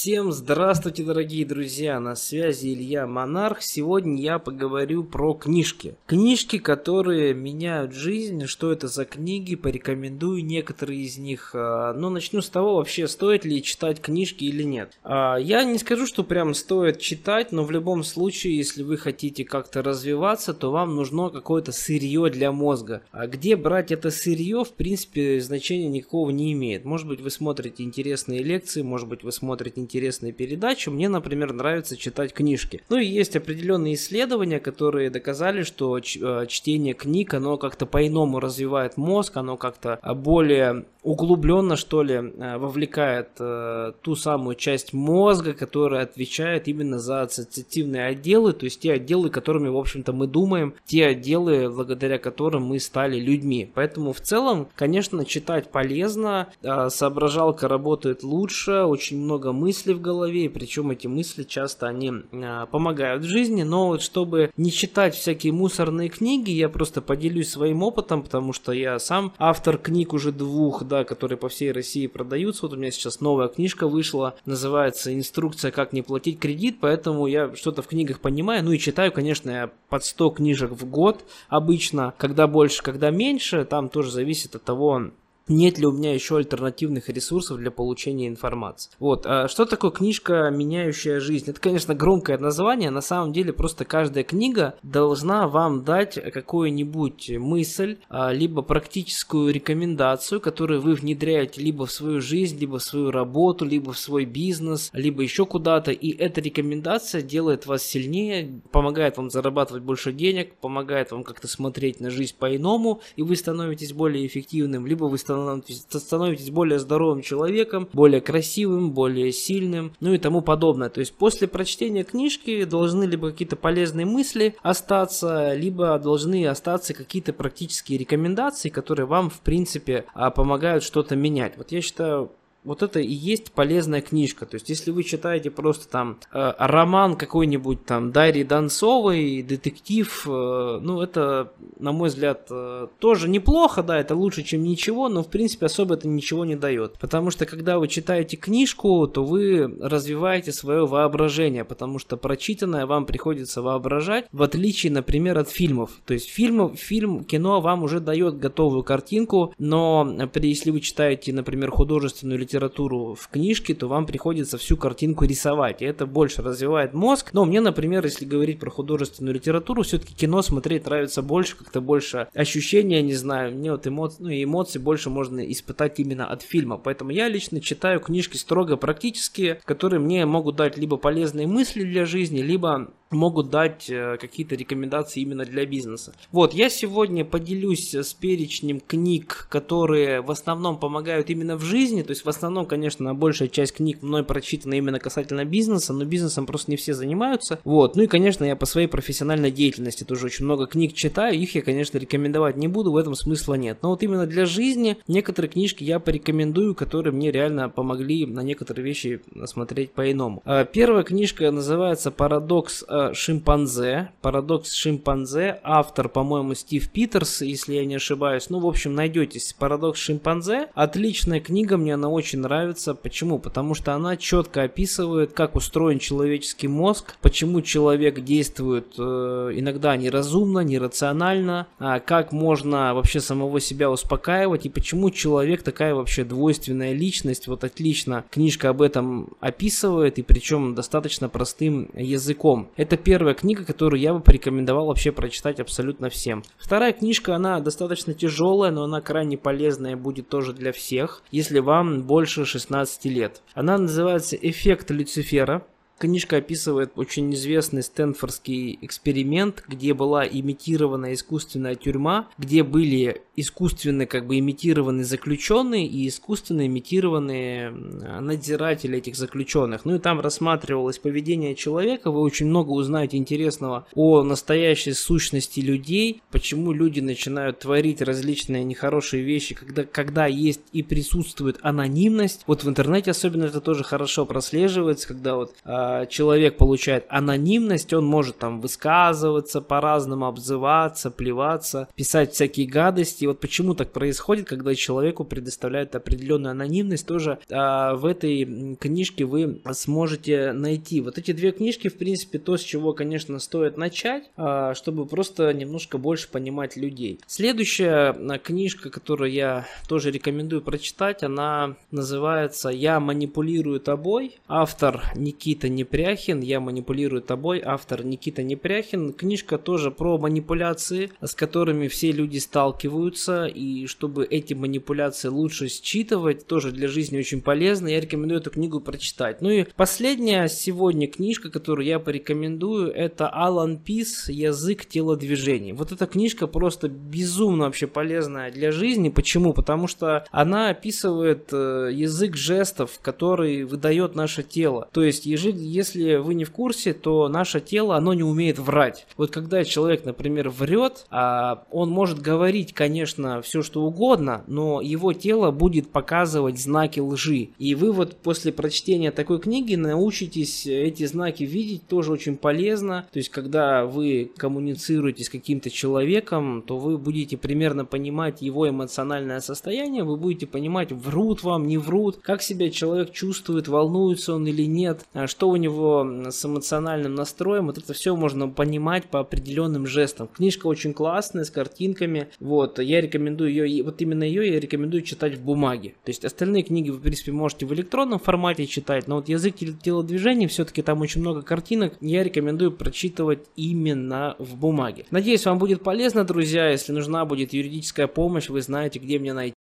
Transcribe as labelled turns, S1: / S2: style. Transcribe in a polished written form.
S1: Всем здравствуйте, дорогие друзья, на связи Илья Монарх. Сегодня я поговорю про книжки. Книжки, которые меняют жизнь. Что это за книги? Порекомендую некоторые из них. Но начну с того, вообще стоит ли читать книжки или нет. Я не скажу, что прям стоит читать, но в любом случае, если вы хотите как-то развиваться, то вам нужно какое-то сырье для мозга. А где брать это сырье, в принципе, значения никакого не имеет. Может быть, вы смотрите интересные лекции, может быть, вы смотрите интересные передачи. Мне, например, нравится читать книжки. Ну и есть определенные исследования, которые доказали, что чтение книг, оно как-то по-иному развивает мозг, оно как-то более углубленно, что ли, вовлекает ту самую часть мозга, которая отвечает именно за ассоциативные отделы, то есть те отделы, которыми, в общем-то, мы думаем, те отделы, благодаря которым мы стали людьми. Поэтому в целом, конечно, читать полезно, соображалка работает лучше, очень много мыслей в голове, и причем эти мысли часто они помогают в жизни, но вот чтобы не читать всякие мусорные книги, я просто поделюсь своим опытом, потому что я сам автор книг уже двух, да, которые по всей России продаются. Вот у меня сейчас новая книжка вышла, называется «Инструкция, как не платить кредит», поэтому я что-то в книгах понимаю, ну и читаю, конечно, я под 100 книжек в год обычно, когда больше, когда меньше, там тоже зависит от того, нет ли у меня еще альтернативных ресурсов для получения информации. Вот, что такое книжка, меняющая жизнь? Это, конечно, громкое название, на самом деле просто каждая книга должна вам дать какую-нибудь мысль, либо практическую рекомендацию, которую вы внедряете либо в свою жизнь, либо в свою работу, либо в свой бизнес, либо еще куда-то, и эта рекомендация делает вас сильнее, помогает вам зарабатывать больше денег, помогает вам как-то смотреть на жизнь по-иному, и вы становитесь более эффективным, либо вы становитесь более здоровым человеком, более красивым, более сильным, ну и тому подобное. То есть после прочтения книжки должны либо какие-то полезные мысли остаться, либо должны остаться какие-то практические рекомендации, которые вам, в принципе, помогают что-то менять. Вот я считаю, вот это и есть полезная книжка. То есть, если вы читаете просто там роман какой-нибудь там Дарьи Донцовой, детектив, ну, это, на мой взгляд, тоже неплохо, да, это лучше, чем ничего, но, в принципе, особо это ничего не дает. Потому что, когда вы читаете книжку, то вы развиваете свое воображение, потому что прочитанное вам приходится воображать, в отличие, например, от фильмов. То есть, кино вам уже дает готовую картинку, но если вы читаете, например, художественную литературу в книжке, то вам приходится всю картинку рисовать, и это больше развивает мозг. Но мне, например, если говорить про художественную литературу, все-таки кино смотреть нравится больше, как-то больше ощущения, не знаю, мне вот эмоции больше можно испытать именно от фильма, поэтому я лично читаю книжки строго практические, которые мне могут дать либо полезные мысли для жизни, либо могут дать какие-то рекомендации именно для бизнеса. Вот, я сегодня поделюсь с перечнем книг, которые в основном помогают именно в жизни, то есть в основном, конечно, большая часть книг мной прочитана именно касательно бизнеса, но бизнесом просто не все занимаются. Вот, ну и, конечно, я по своей профессиональной деятельности тоже очень много книг читаю, их я, конечно, рекомендовать не буду, в этом смысла нет. Но вот именно для жизни некоторые книжки я порекомендую, которые мне реально помогли на некоторые вещи смотреть по-иному. Первая книжка называется «Парадокс шимпанзе». «Парадокс шимпанзе». Автор, по-моему, Стив Питерс, если я не ошибаюсь. Ну, в общем, найдетесь. «Парадокс шимпанзе». Отличная книга, мне она очень нравится. Почему? Потому что она четко описывает, как устроен человеческий мозг, почему человек действует иногда неразумно, нерационально, как можно вообще самого себя успокаивать, и почему человек такая вообще двойственная личность. Вот отлично книжка об этом описывает, и причем достаточно простым языком. Это первая книга, которую я бы порекомендовал вообще прочитать абсолютно всем. Вторая книжка, она достаточно тяжелая, но она крайне полезная будет тоже для всех, если вам больше 16 лет. Она называется «Эффект Люцифера». Книжка описывает очень известный стэнфордский эксперимент, где была имитирована искусственная тюрьма, где были искусственно имитированы заключенные и искусственно имитированные надзиратели этих заключенных. Ну и там рассматривалось поведение человека, вы очень много узнаете интересного о настоящей сущности людей, почему люди начинают творить различные нехорошие вещи, когда есть и присутствует анонимность. Вот в интернете особенно это тоже хорошо прослеживается, когда вот человек получает анонимность, он может там высказываться по-разному, обзываться, плеваться, писать всякие гадости. И вот почему так происходит, когда человеку предоставляют определенную анонимность, тоже в этой книжке вы сможете найти. Вот эти две книжки, в принципе, то, с чего, конечно, стоит начать, чтобы просто немножко больше понимать людей. Следующая книжка, которую я тоже рекомендую прочитать, она называется «Я манипулирую тобой». Автор Никита Непряхин. «Я манипулирую тобой». Автор Никита Непряхин. Книжка тоже про манипуляции, с которыми все люди сталкиваются. И чтобы эти манипуляции лучше считывать, тоже для жизни очень полезно. Я рекомендую эту книгу прочитать. Ну и последняя сегодня книжка, которую я порекомендую, это Алан Пис «Язык телодвижений». Вот эта книжка просто безумно вообще полезная для жизни. Почему? Потому что она описывает язык жестов, который выдает наше тело. То есть, если вы не в курсе, то наше тело, оно не умеет врать. Вот когда человек, например, врет, он может говорить, конечно, все что угодно, но его тело будет показывать знаки лжи. И вы вот после прочтения такой книги научитесь эти знаки видеть, тоже очень полезно. То есть, когда вы коммуницируете с каким-то человеком, то вы будете примерно понимать его эмоциональное состояние, вы будете понимать, врут вам, не врут, как себя человек чувствует, волнуется он или нет, что у него с эмоциональным настроем. Вот это все можно понимать по определенным жестам. Книжка очень классная, с картинками. Вот, я рекомендую ее, вот именно ее я рекомендую читать в бумаге. То есть остальные книги вы, в принципе, можете в электронном формате читать, но вот язык телодвижений, все-таки там очень много картинок, я рекомендую прочитывать именно в бумаге. Надеюсь, вам будет полезно, друзья. Если нужна будет юридическая помощь, вы знаете, где меня найти.